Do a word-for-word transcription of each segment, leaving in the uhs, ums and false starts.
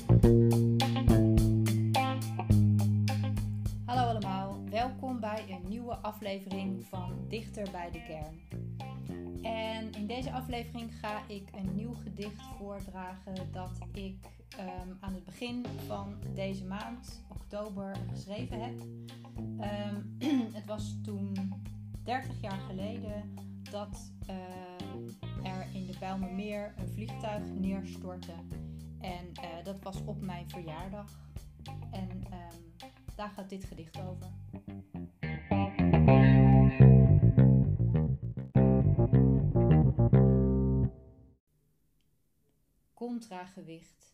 Hallo allemaal, welkom bij een nieuwe aflevering van Dichter bij de Kern. En in deze aflevering ga ik een nieuw gedicht voordragen dat ik um, aan het begin van deze maand, oktober, geschreven heb. Um, het was toen dertig jaar geleden dat uh, er in de Bijlmermeer een vliegtuig neerstortte. En uh, dat was op mijn verjaardag. En um, daar gaat dit gedicht over. Contragewicht.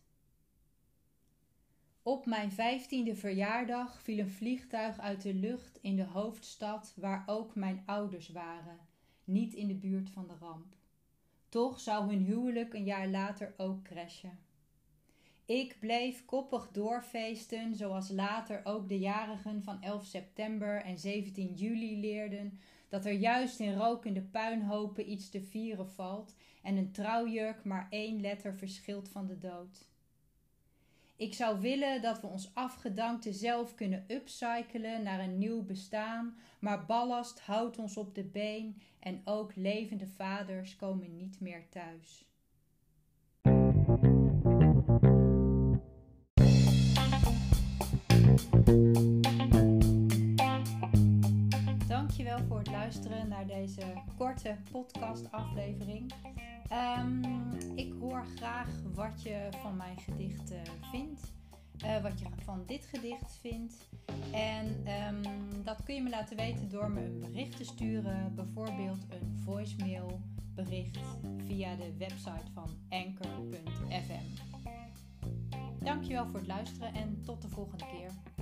Op mijn vijftiende verjaardag viel een vliegtuig uit de lucht in de hoofdstad waar ook mijn ouders waren, niet in de buurt van de ramp. Toch zou hun huwelijk een jaar later ook crashen. Ik bleef koppig doorfeesten, zoals later ook de jarigen van elf september en zeventien juli leerden, dat er juist in rokende puinhopen iets te vieren valt en een trouwjurk maar één letter verschilt van de dood. Ik zou willen dat we ons afgedankte zelf kunnen upcyclen naar een nieuw bestaan, maar ballast houdt ons op de been en ook levende vaders komen niet meer thuis. Dankjewel voor het luisteren naar deze korte podcastaflevering. Um, ik hoor graag wat je van mijn gedicht uh, vindt, uh, wat je van dit gedicht vindt. En um, dat kun je me laten weten door me een bericht te sturen, bijvoorbeeld een voicemail bericht via de website van anchor punt f m. Dankjewel voor het luisteren en tot de volgende keer.